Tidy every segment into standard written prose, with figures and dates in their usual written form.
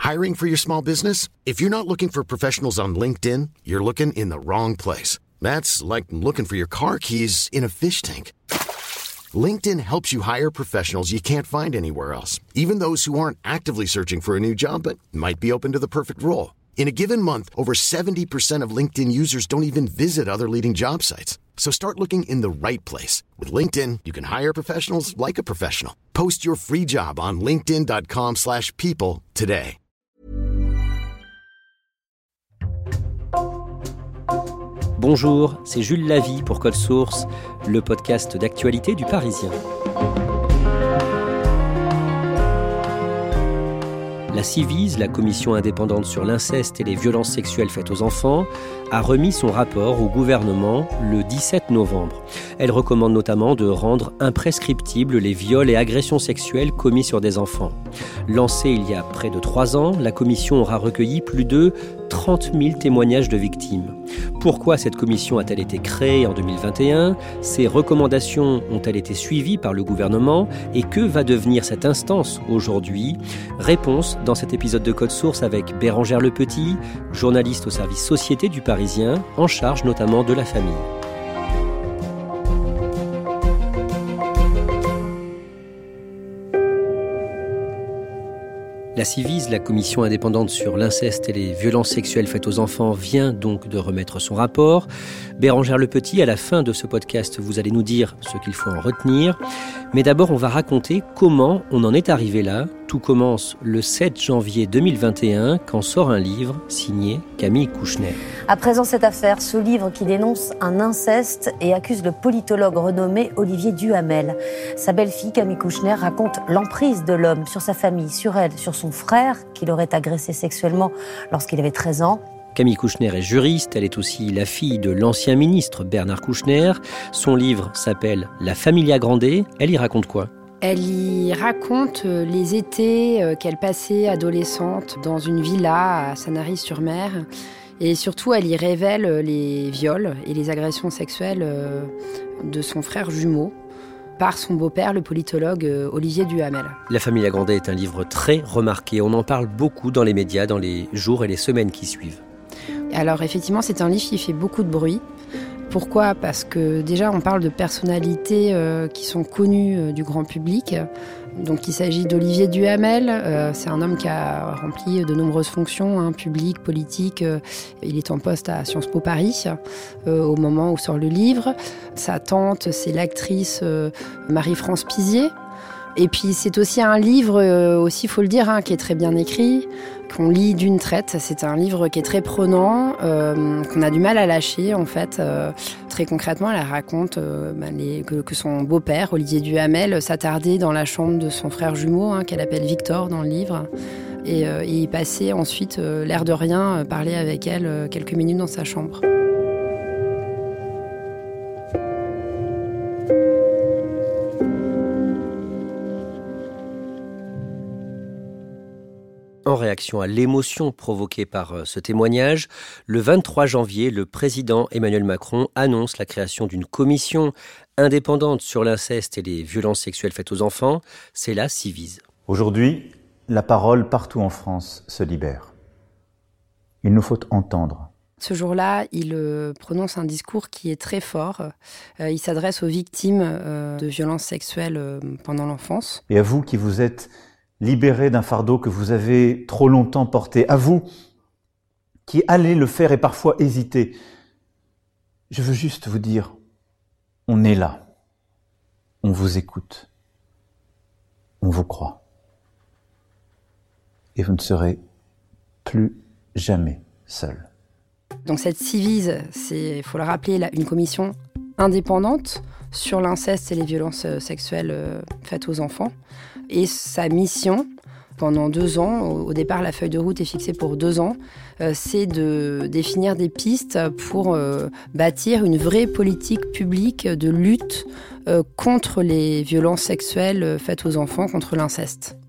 Hiring for your small business? If you're not looking for professionals on LinkedIn, you're looking in the wrong place. That's like looking for your car keys in a fish tank. LinkedIn helps you hire professionals you can't find anywhere else, even those who aren't actively searching for a new job but might be open to the perfect role. In a given month, over 70% of LinkedIn users don't even visit other leading job sites. So start looking in the right place. With LinkedIn, you can hire professionals like a professional. Post your free job on linkedin.com/people today. Bonjour, c'est Jules Lavie pour Code Source, le podcast d'actualité du Parisien. La Ciivise, la commission indépendante sur l'inceste et les violences sexuelles faites aux enfants, a remis son rapport au gouvernement le 17 novembre. Elle recommande notamment de rendre imprescriptibles les viols et agressions sexuelles commis sur des enfants. Lancée il y a près de 3 ans, la commission aura recueilli plus de 30 000 témoignages de victimes. Pourquoi cette commission a-t-elle été créée en 2021 ? Ses recommandations ont-elles été suivies par le gouvernement ? Et que va devenir cette instance aujourd'hui ? Réponse dans cet épisode de Code Source avec Bérangère Lepetit, journaliste au service Société du Parisien, en charge notamment de la famille. La Ciivise, la commission indépendante sur l'inceste et les violences sexuelles faites aux enfants, vient donc de remettre son rapport. Bérangère Lepetit, à la fin de ce podcast, vous allez nous dire ce qu'il faut en retenir. Mais d'abord, on va raconter comment on en est arrivé là. Tout commence le 7 janvier 2021, quand sort un livre signé Camille Kouchner. À présent, cette affaire, ce livre qui dénonce un inceste et accuse le politologue renommé Olivier Duhamel. Sa belle-fille, Camille Kouchner, raconte l'emprise de l'homme sur sa famille, sur elle, sur son frère, qui l'aurait agressé sexuellement lorsqu'il avait 13 ans. Camille Kouchner est juriste, elle est aussi la fille de l'ancien ministre Bernard Kouchner. Son livre s'appelle « La Familia Grande ». Elle y raconte quoi ? Elle y raconte les étés qu'elle passait adolescente dans une villa à Sanary-sur-Mer. Et surtout, elle y révèle les viols et les agressions sexuelles de son frère jumeau par son beau-père, le politologue Olivier Duhamel. La Familia Grande est un livre très remarqué. On en parle beaucoup dans les médias dans les jours et les semaines qui suivent. Alors effectivement, c'est un livre qui fait beaucoup de bruit. Pourquoi ? Parce que déjà, on parle de personnalités qui sont connues du grand public. Donc il s'agit d'Olivier Duhamel. C'est un homme qui a rempli de nombreuses fonctions, publiques, politiques. Il est en poste à Sciences Po Paris au moment où sort le livre. Sa tante, c'est l'actrice Marie-France Pizier. Et puis c'est aussi un livre, aussi faut le dire, qui est très bien écrit, qu'on lit d'une traite. C'est un livre qui est très prenant, qu'on a du mal à lâcher en fait. Très concrètement, elle raconte que son beau-père, Olivier Duhamel, s'attardait dans la chambre de son frère jumeau, qu'elle appelle Victor dans le livre. Et il passait ensuite, l'air de rien, parler avec elle quelques minutes dans sa chambre. En réaction à l'émotion provoquée par ce témoignage, le 23 janvier, le président Emmanuel Macron annonce la création d'une commission indépendante sur l'inceste et les violences sexuelles faites aux enfants. C'est la Ciivise. Aujourd'hui, la parole partout en France se libère. Il nous faut entendre. Ce jour-là, il prononce un discours qui est très fort. Il s'adresse aux victimes de violences sexuelles pendant l'enfance. Et à vous qui vous êtes libérés d'un fardeau que vous avez trop longtemps porté, à vous qui allez le faire et parfois hésiter, je veux juste vous dire, on est là, on vous écoute, on vous croit. Et vous ne serez plus jamais seul. Donc cette Ciivise, c'est, il faut le rappeler, une commission indépendante sur l'inceste et les violences sexuelles faites aux enfants. Et sa mission, pendant 2 ans, au départ la feuille de route est fixée pour 2 ans, c'est de définir des pistes pour bâtir une vraie politique publique de lutte contre les violences sexuelles faites aux enfants, contre l'inceste.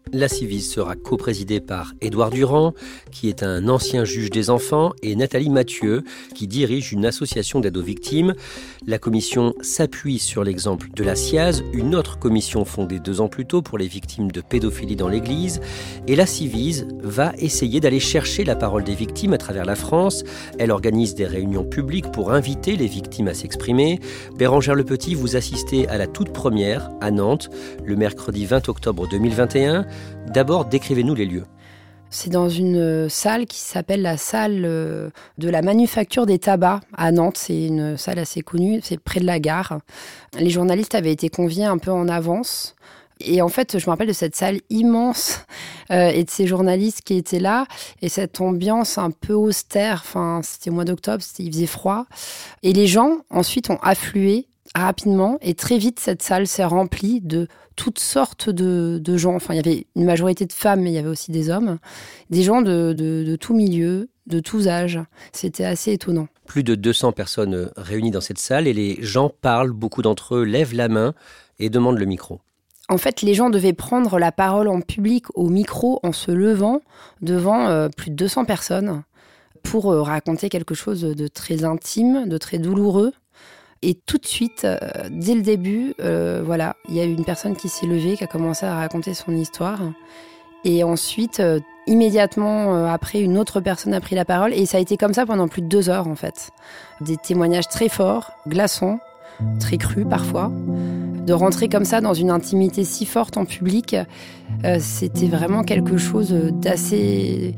La Ciivise sera coprésidée par Édouard Durand, qui est un ancien juge des enfants, et Nathalie Mathieu, qui dirige une association d'aide aux victimes. La commission s'appuie sur l'exemple de la SIAZ, une autre commission fondée 2 ans plus tôt pour les victimes de pédophilie dans l'Église. Et la Ciivise va essayer d'aller chercher la parole des victimes à travers la France. Elle organise des réunions publiques pour inviter les victimes à s'exprimer. Bérangère Lepetit, vous assistez à la toute première à Nantes, le mercredi 20 octobre 2021. D'abord, décrivez-nous les lieux. C'est dans une salle qui s'appelle la salle de la manufacture des tabacs à Nantes. C'est une salle assez connue, c'est près de la gare. Les journalistes avaient été conviés un peu en avance. Et en fait, je me rappelle de cette salle immense et de ces journalistes qui étaient là. Et cette ambiance un peu austère, enfin, c'était au mois d'octobre, il faisait froid. Et les gens, ensuite, ont afflué rapidement. Et très vite, cette salle s'est remplie de toutes sortes de gens. Enfin, il y avait une majorité de femmes, mais il y avait aussi des hommes. Des gens de tout milieu, de tous âges. C'était assez étonnant. Plus de 200 personnes réunies dans cette salle et les gens parlent. Beaucoup d'entre eux lèvent la main et demandent le micro. En fait, les gens devaient prendre la parole en public au micro en se levant devant plus de 200 personnes pour raconter quelque chose de très intime, de très douloureux. Et tout de suite, dès le début, il y a eu une personne qui s'est levée, qui a commencé à raconter son histoire. Et ensuite, immédiatement après, une autre personne a pris la parole. Et ça a été comme ça pendant plus de 2 heures, en fait. Des témoignages très forts, glaçants, très crus parfois. De rentrer comme ça dans une intimité si forte en public, c'était vraiment quelque chose d'assez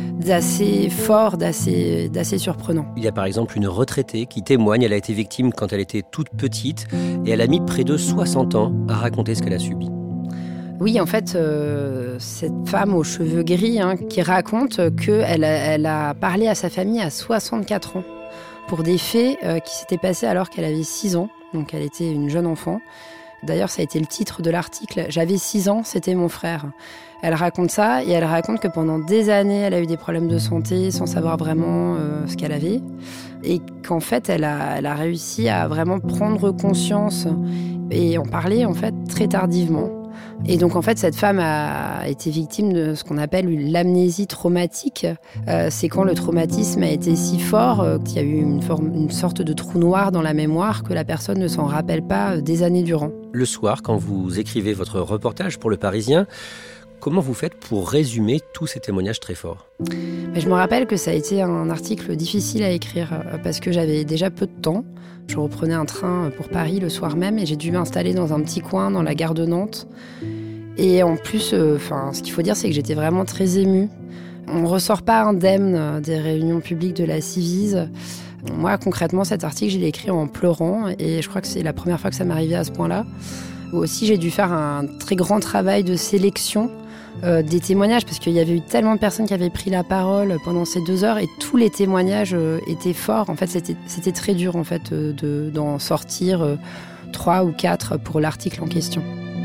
fort, d'assez surprenant. Il y a par exemple une retraitée qui témoigne. Elle a été victime quand elle était toute petite et elle a mis près de 60 ans à raconter ce qu'elle a subi. Oui, en fait, cette femme aux cheveux gris qui raconte qu'elle a parlé à sa famille à 64 ans pour des faits qui s'étaient passés alors qu'elle avait 6 ans. Donc elle était une jeune enfant. D'ailleurs, ça a été le titre de l'article. J'avais 6 ans, c'était mon frère. Elle raconte ça et elle raconte que pendant des années, elle a eu des problèmes de santé sans savoir vraiment ce qu'elle avait. Et qu'en fait, elle a réussi à vraiment prendre conscience et en parler en fait très tardivement. Et donc en fait, cette femme a été victime de ce qu'on appelle l'amnésie traumatique. C'est quand le traumatisme a été si fort qu'il y a eu une sorte de trou noir dans la mémoire que la personne ne s'en rappelle pas des années durant. Le soir, quand vous écrivez votre reportage pour Le Parisien, comment vous faites pour résumer tous ces témoignages très forts ? Je me rappelle que ça a été un article difficile à écrire parce que j'avais déjà peu de temps. Je reprenais un train pour Paris le soir même et j'ai dû m'installer dans un petit coin dans la gare de Nantes. Et en plus, ce qu'il faut dire, c'est que j'étais vraiment très émue. On ne ressort pas indemne des réunions publiques de la Ciivise. Moi, concrètement, cet article, je l'ai écrit en pleurant et je crois que c'est la première fois que ça m'arrivait à ce point-là. Aussi, j'ai dû faire un très grand travail de sélection des témoignages parce qu'il y avait eu tellement de personnes qui avaient pris la parole pendant ces 2 heures et tous les témoignages étaient forts. En fait, c'était très dur en fait, d'en sortir 3 ou 4 pour l'article en question.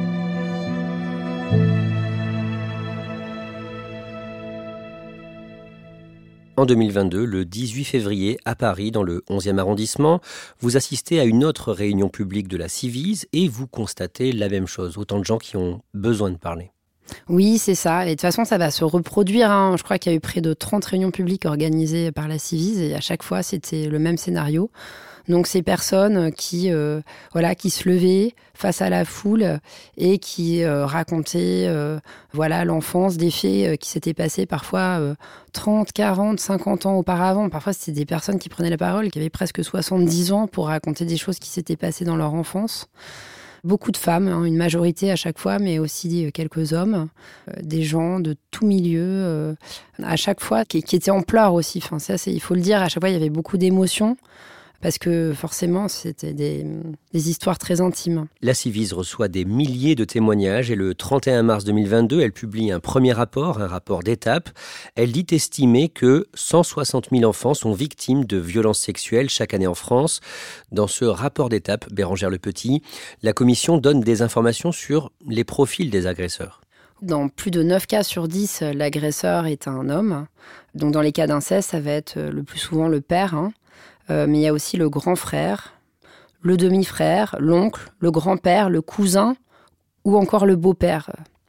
En 2022, le 18 février, à Paris, dans le 11e arrondissement, vous assistez à une autre réunion publique de la Ciivise et vous constatez la même chose, autant de gens qui ont besoin de parler. Oui, c'est ça. Et de toute façon, ça va se reproduire. Je crois qu'il y a eu près de 30 réunions publiques organisées par la Ciivise et à chaque fois, c'était le même scénario. Donc ces personnes qui se levaient face à la foule et qui racontaient l'enfance, des faits qui s'étaient passés parfois 30, 40, 50 ans auparavant. Parfois, c'était des personnes qui prenaient la parole, qui avaient presque 70 ans pour raconter des choses qui s'étaient passées dans leur enfance. Beaucoup de femmes, une majorité à chaque fois, mais aussi quelques hommes, des gens de tout milieu, à chaque fois, qui étaient en pleurs aussi. Enfin, ça, il faut le dire, à chaque fois, il y avait beaucoup d'émotions. Parce que forcément, c'était des histoires très intimes. La Ciivise reçoit des milliers de témoignages et le 31 mars 2022, elle publie un premier rapport, un rapport d'étape. Elle dit estimer que 160 000 enfants sont victimes de violences sexuelles chaque année en France. Dans ce rapport d'étape, Bérangère Lepetit, la commission donne des informations sur les profils des agresseurs. Dans plus de 9 cas sur 10, l'agresseur est un homme. Donc dans les cas d'inceste, ça va être le plus souvent le père, mais il y a aussi le grand frère, le demi-frère, l'oncle, le grand-père, le cousin ou encore le beau-père.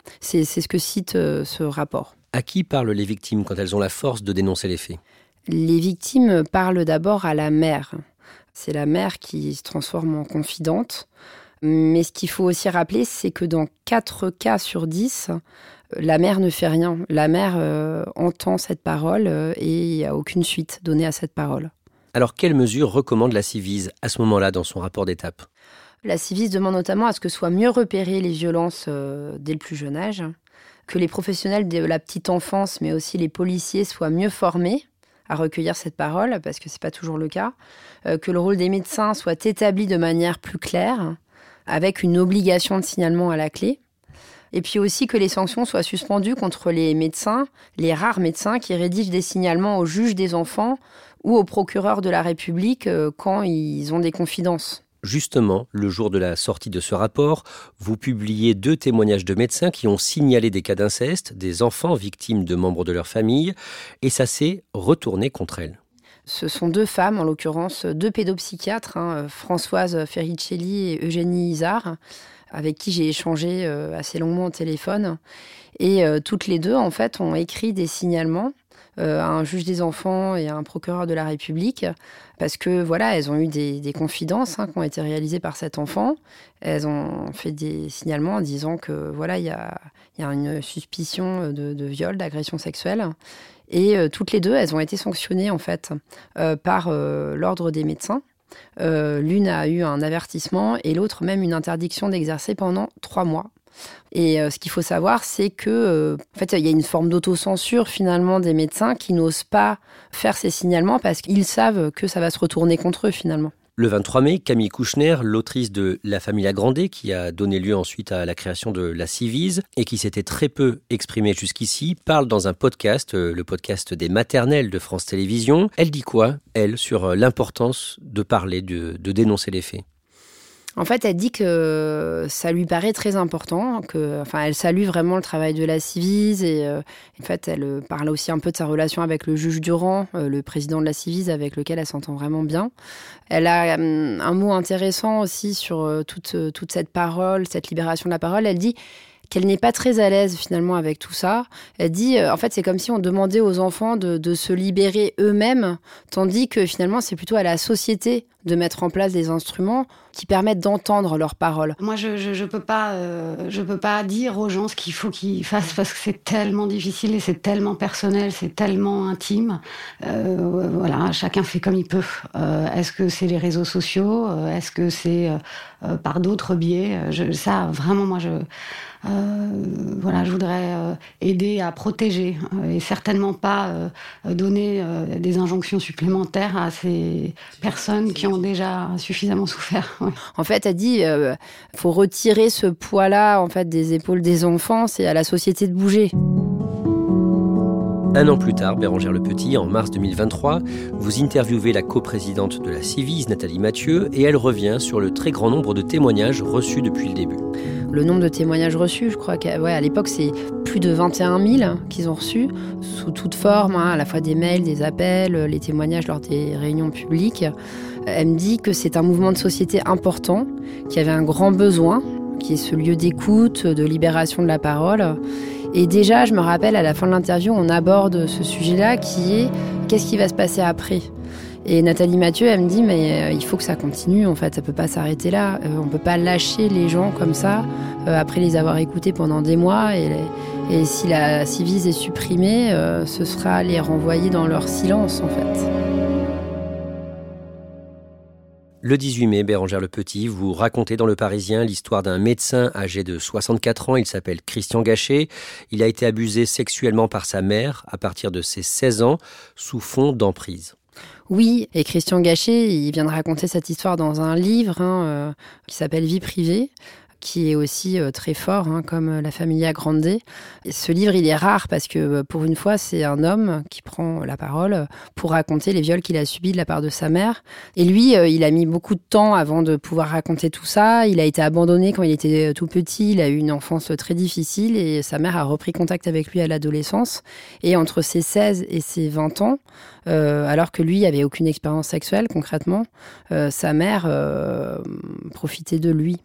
C'est ce que cite ce rapport. À qui parlent les victimes quand elles ont la force de dénoncer les faits ? Les victimes parlent d'abord à la mère. C'est la mère qui se transforme en confidente. Mais ce qu'il faut aussi rappeler, c'est que dans 4 cas sur 10, la mère ne fait rien. La mère entend cette parole et il n'y a aucune suite donnée à cette parole. Alors, quelles mesures recommande la Ciivise à ce moment-là dans son rapport d'étape ? La Ciivise demande notamment à ce que soient mieux repérées les violences dès le plus jeune âge, que les professionnels de la petite enfance, mais aussi les policiers, soient mieux formés à recueillir cette parole, parce que ce n'est pas toujours le cas, que le rôle des médecins soit établi de manière plus claire, avec une obligation de signalement à la clé. Et puis aussi que les sanctions soient suspendues contre les médecins, les rares médecins qui rédigent des signalements au juge des enfants ou au procureur de la République quand ils ont des confidences. Justement, le jour de la sortie de ce rapport, vous publiez 2 témoignages de médecins qui ont signalé des cas d'inceste, des enfants victimes de membres de leur famille, et ça s'est retourné contre elles. Ce sont 2 femmes, en l'occurrence 2 pédopsychiatres, Françoise Ferricelli et Eugénie Isard, avec qui j'ai échangé assez longuement au téléphone. Et toutes les 2, en fait, ont écrit des signalements à un juge des enfants et à un procureur de la République, parce que voilà, elles ont eu des confidences qui ont été réalisées par cet enfant. Elles ont fait des signalements en disant que voilà, il y a une suspicion de viol, d'agression sexuelle. Et toutes les 2, elles ont été sanctionnées en fait par l'ordre des médecins. L'une a eu un avertissement et l'autre même une interdiction d'exercer pendant 3 mois. Et ce qu'il faut savoir, c'est que en fait, il y a une forme d'autocensure finalement des médecins qui n'osent pas faire ces signalements parce qu'ils savent que ça va se retourner contre eux finalement. Le 23 mai, Camille Kouchner, l'autrice de La Familia Grande, qui a donné lieu ensuite à la création de la Ciivise et qui s'était très peu exprimée jusqu'ici, parle dans un podcast, le podcast des maternelles de France Télévisions. Elle dit quoi, elle, sur l'importance de parler, de dénoncer les faits ? En fait, elle dit que ça lui paraît très important, elle salue vraiment le travail de la Ciivise et en fait, elle parle aussi un peu de sa relation avec le juge Durand, le président de la Ciivise, avec lequel elle s'entend vraiment bien. Elle a un mot intéressant aussi sur toute cette parole, cette libération de la parole. Elle dit qu'elle n'est pas très à l'aise finalement avec tout ça. Elle dit, en fait, c'est comme si on demandait aux enfants de se libérer eux-mêmes, tandis que finalement, c'est plutôt à la société de mettre en place des instruments qui permettent d'entendre leurs paroles. Moi, je peux pas dire aux gens ce qu'il faut qu'ils fassent parce que c'est tellement difficile et c'est tellement personnel, c'est tellement intime. Voilà, chacun fait comme il peut. Est-ce que c'est les réseaux sociaux ? Est-ce que c'est par d'autres biais ? Je voudrais aider à protéger et certainement pas donner des injonctions supplémentaires à ces personnes qui ont déjà suffisamment souffert. Ouais. En fait, elle dit faut retirer ce poids-là en fait des épaules des enfants, c'est à la société de bouger. Un an plus tard, Bérengère Lepetit, en mars 2023, vous interviewez la coprésidente de la Ciivise, Nathalie Mathieu, et elle revient sur le très grand nombre de témoignages reçus depuis le début. Le nombre de témoignages reçus, je crois qu'à l'époque, c'est plus de 21 000 qu'ils ont reçus, sous toute forme, à la fois des mails, des appels, les témoignages lors des réunions publiques. Elle me dit que c'est un mouvement de société important, qui avait un grand besoin, qui est ce lieu d'écoute, de libération de la parole. Et déjà, je me rappelle, à la fin de l'interview, on aborde ce sujet-là qui est « qu'est-ce qui va se passer après ?» Et Nathalie Mathieu, elle me dit « mais il faut que ça continue, en fait, ça peut pas s'arrêter là. On peut pas lâcher les gens comme ça, après les avoir écoutés pendant des mois. Et si la Ciivise est supprimée, ce sera les renvoyer dans leur silence, en fait. » Le 18 mai, Bérengère Lepetit, vous racontez dans Le Parisien l'histoire d'un médecin âgé de 64 ans. Il s'appelle Christian Gachet. Il a été abusé sexuellement par sa mère à partir de ses 16 ans, sous fond d'emprise. Oui, et Christian Gachet, il vient de raconter cette histoire dans un livre qui s'appelle « Vie privée », qui est aussi très fort, comme La Familia Grande. Et ce livre, il est rare parce que, pour une fois, c'est un homme qui prend la parole pour raconter les viols qu'il a subis de la part de sa mère. Et lui, il a mis beaucoup de temps avant de pouvoir raconter tout ça. Il a été abandonné quand il était tout petit. Il a eu une enfance très difficile et sa mère a repris contact avec lui à l'adolescence. Et entre ses 16 et ses 20 ans, alors que lui n'avait aucune expérience sexuelle concrètement, sa mère profitait de lui.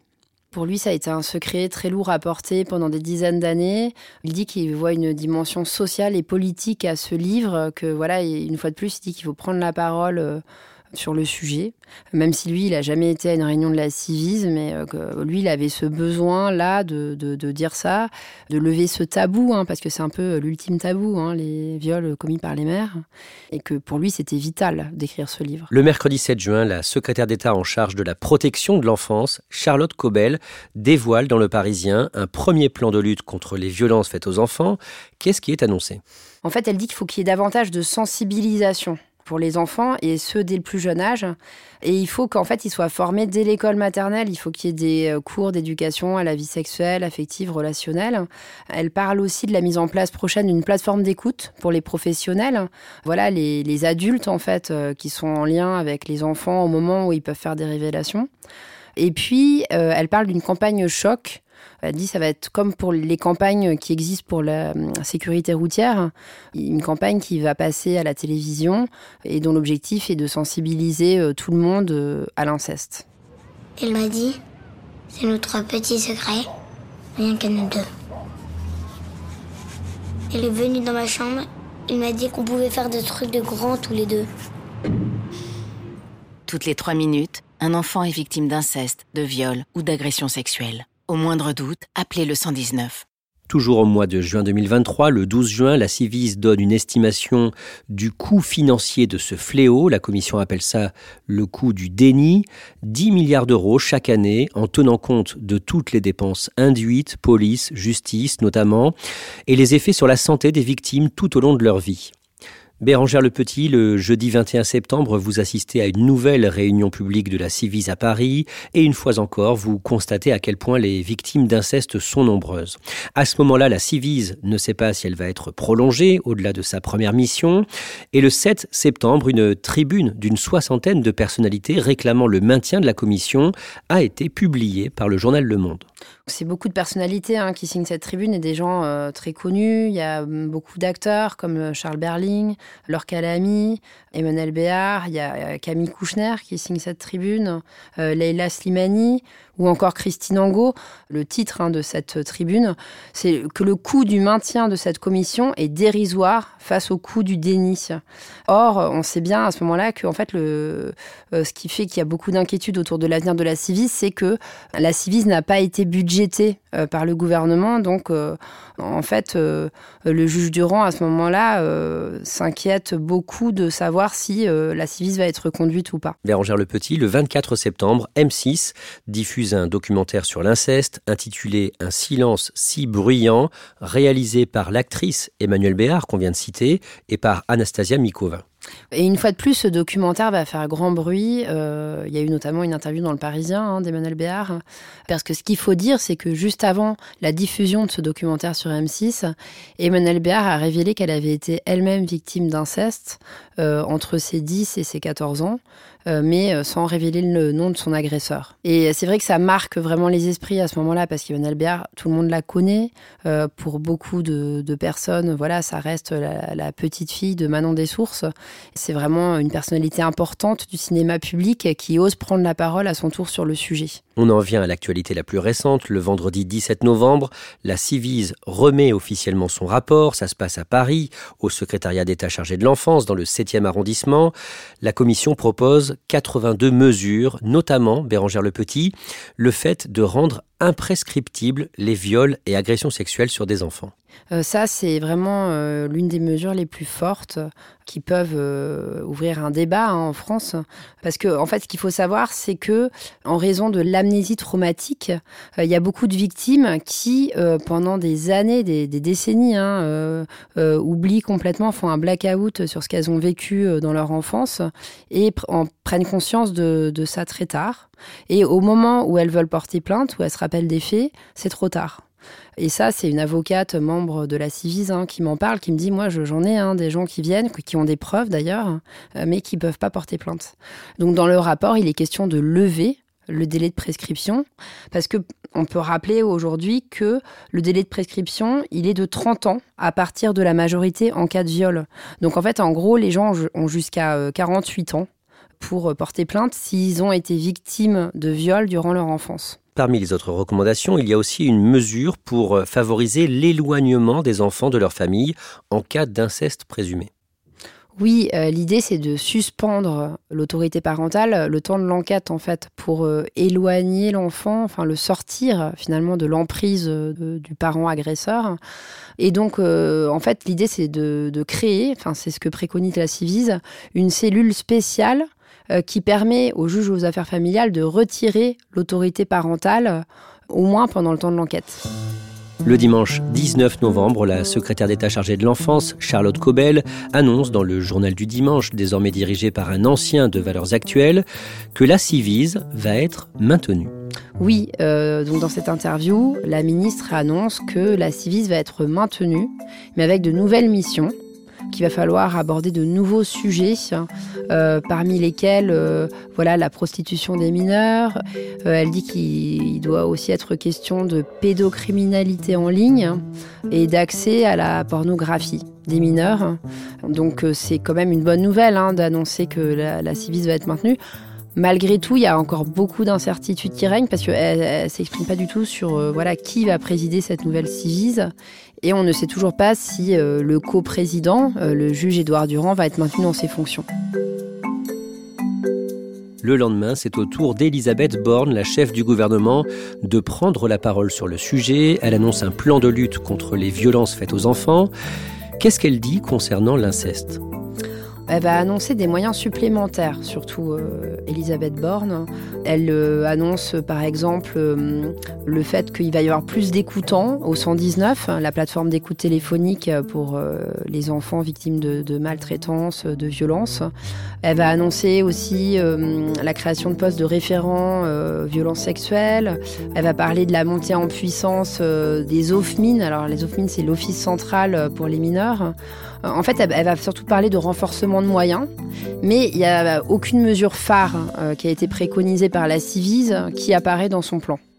Pour lui, ça a été un secret très lourd à porter pendant des dizaines d'années. Il dit qu'il voit une dimension sociale et politique à ce livre, que voilà, une fois de plus, il dit qu'il faut prendre la parole sur le sujet, même si lui, il n'a jamais été à une réunion de la Ciivise, mais lui, il avait ce besoin-là de dire ça, de lever ce tabou, parce que c'est un peu l'ultime tabou, les viols commis par les mères, et que pour lui, c'était vital d'écrire ce livre. Le mercredi 7 juin, la secrétaire d'État en charge de la protection de l'enfance, Charlotte Cobel, dévoile dans Le Parisien un premier plan de lutte contre les violences faites aux enfants. Qu'est-ce qui est annoncé ? En fait, elle dit qu'il faut qu'il y ait davantage de sensibilisation pour les enfants, et ce, dès le plus jeune âge. Et il faut qu'en fait, ils soient formés dès l'école maternelle. Il faut qu'il y ait des cours d'éducation à la vie sexuelle, affective, relationnelle. Elle parle aussi de la mise en place prochaine d'une plateforme d'écoute pour les professionnels. Voilà, les adultes, en fait, qui sont en lien avec les enfants au moment où ils peuvent faire des révélations. Et puis, elle parle d'une campagne choc. Elle dit que ça va être comme pour les campagnes qui existent pour la sécurité routière, une campagne qui va passer à la télévision et dont l'objectif est de sensibiliser tout le monde à l'inceste. Elle m'a dit, c'est nos 3 petits secrets, rien qu'à nous 2. Elle est venue dans ma chambre, elle m'a dit qu'on pouvait faire des trucs de grands tous les 2. Toutes les 3 minutes, un enfant est victime d'inceste, de viol ou d'agression sexuelle. Au moindre doute, appelez le 119. Toujours au mois de juin 2023, le 12 juin, la Ciivise donne une estimation du coût financier de ce fléau. La commission appelle ça le coût du déni. 10 milliards d'euros chaque année, en tenant compte de toutes les dépenses induites, police, justice notamment, et les effets sur la santé des victimes tout au long de leur vie. Bérangère Lepetit, le jeudi 21 septembre, vous assistez à une nouvelle réunion publique de la Ciivise à Paris et une fois encore, vous constatez à quel point les victimes d'inceste sont nombreuses. À ce moment-là, la Ciivise ne sait pas si elle va être prolongée au-delà de sa première mission. Et le 7 septembre, une tribune d'une 60aine de personnalités réclamant le maintien de la commission a été publiée par le journal Le Monde. C'est beaucoup de personnalités qui signent cette tribune et des gens très connus. Il y a beaucoup d'acteurs comme Charles Berling, Laure Calamy, Emmanuel Béard. Il y a Camille Kouchner qui signe cette tribune, Leïla Slimani ou encore Christine Angot. Le titre de cette tribune, c'est que le coût du maintien de cette commission est dérisoire face au coût du déni. Or, on sait bien à ce moment-là que en fait, ce qui fait qu'il y a beaucoup d'inquiétudes autour de l'avenir de la Ciivise, c'est que la Ciivise n'a pas été budgétée par le gouvernement. Donc, en fait, le juge Durand, à ce moment-là, s'inquiète beaucoup de savoir si la Ciivise va être reconduite ou pas. Bérangère Lepetit, le 24 septembre, M6 diffuse un documentaire sur l'inceste intitulé « Un silence si bruyant », réalisé par l'actrice Emmanuelle Béard, qu'on vient de citer, et par Anastasia Mikova. Et une fois de plus, ce documentaire va faire grand bruit. Il y a eu notamment une interview dans Le Parisien d'Emmanuelle Béard. Parce que ce qu'il faut dire, c'est que juste avant la diffusion de ce documentaire sur M6, Emmanuelle Béard a révélé qu'elle avait été elle-même victime d'inceste entre ses 10 et ses 14 ans, mais sans révéler le nom de son agresseur. Et c'est vrai que ça marque vraiment les esprits à ce moment-là, parce qu'Emmanuelle Béard, tout le monde la connaît. Pour beaucoup de personnes, voilà, ça reste la petite fille de Manon Dessources. C'est vraiment une personnalité importante du cinéma public qui ose prendre la parole à son tour sur le sujet. On en vient à l'actualité la plus récente. Le vendredi 17 novembre, la Ciivise remet officiellement son rapport. Ça se passe à Paris, au secrétariat d'État chargé de l'enfance, dans le 7e arrondissement. La commission propose 82 mesures, notamment, Bérangère Lepetit, le fait de rendre imprescriptibles les viols et agressions sexuelles sur des enfants. Ça, c'est vraiment l'une des mesures les plus fortes qui peuvent ouvrir un débat en France. Parce que, en fait, ce qu'il faut savoir, c'est que, en raison de l'amnésie traumatique, il y a beaucoup de victimes qui, pendant des années, des décennies, oublient complètement, font un blackout sur ce qu'elles ont vécu dans leur enfance et en prennent conscience de ça très tard. Et au moment où elles veulent porter plainte, où elles se rappellent des faits, c'est trop tard. Et ça, c'est une avocate membre de la Ciivise qui m'en parle, qui me dit, moi, j'en ai des gens qui viennent, qui ont des preuves d'ailleurs, mais qui ne peuvent pas porter plainte. Donc dans le rapport, il est question de lever le délai de prescription, parce qu'on peut rappeler aujourd'hui que le délai de prescription, il est de 30 ans à partir de la majorité en cas de viol. Donc en fait, en gros, les gens ont jusqu'à 48 ans pour porter plainte s'ils ont été victimes de viol durant leur enfance. Parmi les autres recommandations, il y a aussi une mesure pour favoriser l'éloignement des enfants de leur famille en cas d'inceste présumé. Oui, l'idée c'est de suspendre l'autorité parentale le temps de l'enquête en fait pour éloigner l'enfant, enfin le sortir finalement de l'emprise du parent agresseur. Et donc en fait l'idée c'est de créer, enfin c'est ce que préconise la Civise, une cellule spéciale qui permet au juge aux affaires familiales de retirer l'autorité parentale au moins pendant le temps de l'enquête. Le dimanche 19 novembre, la secrétaire d'État chargée de l'enfance, Charlotte Cobel, annonce dans le Journal du Dimanche, désormais dirigé par un ancien de Valeurs Actuelles, que la Civise va être maintenue. Oui, donc dans cette interview, la ministre annonce que la Civise va être maintenue, mais avec de nouvelles missions, qu'il va falloir aborder de nouveaux sujets, parmi lesquels la prostitution des mineurs. Elle dit qu'il doit aussi être question de pédocriminalité en ligne et d'accès à la pornographie des mineurs. Donc c'est quand même une bonne nouvelle d'annoncer que la Civise va être maintenue. Malgré tout, il y a encore beaucoup d'incertitudes qui règnent parce qu'elle ne s'exprime pas du tout sur qui va présider cette nouvelle Civise. Et on ne sait toujours pas si le coprésident, le juge Édouard Durand, va être maintenu dans ses fonctions. Le lendemain, c'est au tour d'Elisabeth Borne, la chef du gouvernement, de prendre la parole sur le sujet. Elle annonce un plan de lutte contre les violences faites aux enfants. Qu'est-ce qu'elle dit concernant l'inceste ? Elle va annoncer des moyens supplémentaires, surtout Elisabeth Borne. Elle annonce par exemple le fait qu'il va y avoir plus d'écoutants au 119, la plateforme d'écoute téléphonique pour les enfants victimes de maltraitance, de violence. Elle va annoncer aussi la création de postes de référents violences sexuelles. Elle va parler de la montée en puissance des OFMIN. Alors les OFMIN, c'est l'Office central pour les mineurs. En fait, elle va surtout parler de renforcement de moyens, mais il n'y a aucune mesure phare qui a été préconisée par la Civise qui apparaît dans son plan.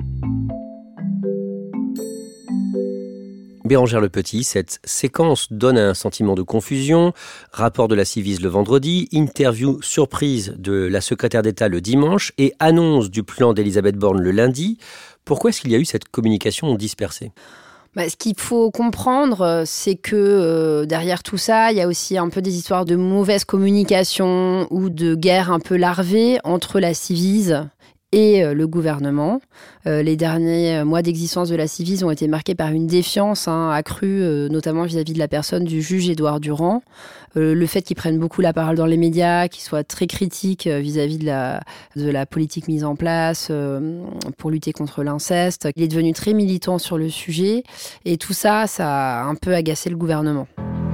Bérengère Lepetit, cette séquence donne un sentiment de confusion. Rapport de la Civise le vendredi, interview surprise de la secrétaire d'État le dimanche et annonce du plan d'Elisabeth Borne le lundi. Pourquoi est-ce qu'il y a eu cette communication dispersée ? Ce qu'il faut comprendre, c'est que derrière tout ça, il y a aussi un peu des histoires de mauvaise communication ou de guerre un peu larvée entre la Civise et le gouvernement. Les derniers mois d'existence de la Civise ont été marqués par une défiance accrue, notamment vis-à-vis de la personne du juge Édouard Durand. Le fait qu'il prenne beaucoup la parole dans les médias, qu'il soit très critique vis-à-vis de la politique mise en place pour lutter contre l'inceste. Il est devenu très militant sur le sujet et tout ça, ça a un peu agacé le gouvernement.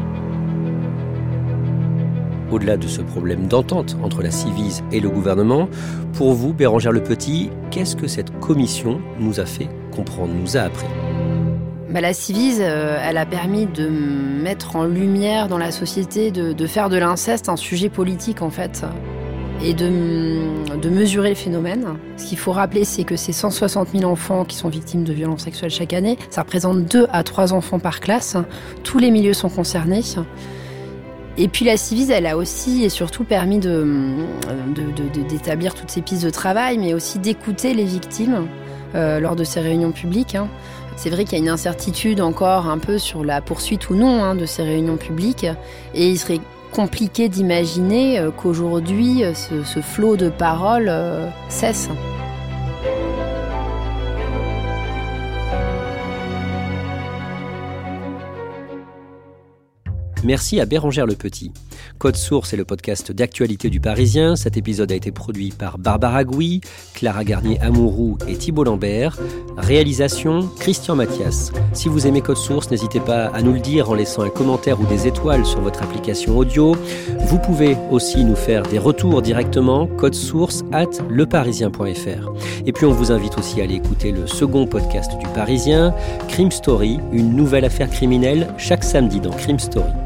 Au-delà de ce problème d'entente entre la Civise et le gouvernement, pour vous, Bérengère Lepetit, qu'est-ce que cette commission nous a fait comprendre, nous a appris ? La Civise, elle a permis de mettre en lumière dans la société, de faire de l'inceste un sujet politique en fait, et de mesurer le phénomène. Ce qu'il faut rappeler, c'est que c'est 160 000 enfants qui sont victimes de violences sexuelles chaque année. Ça représente 2 à 3 enfants par classe. Tous les milieux sont concernés. Et puis la Civise, elle a aussi et surtout permis d'établir toutes ces pistes de travail, mais aussi d'écouter les victimes lors de ces réunions publiques. C'est vrai qu'il y a une incertitude encore un peu sur la poursuite ou non de ces réunions publiques, et il serait compliqué d'imaginer qu'aujourd'hui, ce flot de paroles cesse. Merci à Bérengère Lepetit. Code Source est le podcast d'actualité du Parisien. Cet épisode a été produit par Barbara Gouy, Clara Garnier-Amouroux et Thibault Lambert. Réalisation, Christian Mathias. Si vous aimez Code Source, n'hésitez pas à nous le dire en laissant un commentaire ou des étoiles sur votre application audio. Vous pouvez aussi nous faire des retours directement, codesource@leparisien.fr. Et puis on vous invite aussi à aller écouter le second podcast du Parisien, Crime Story, une nouvelle affaire criminelle chaque samedi dans Crime Story.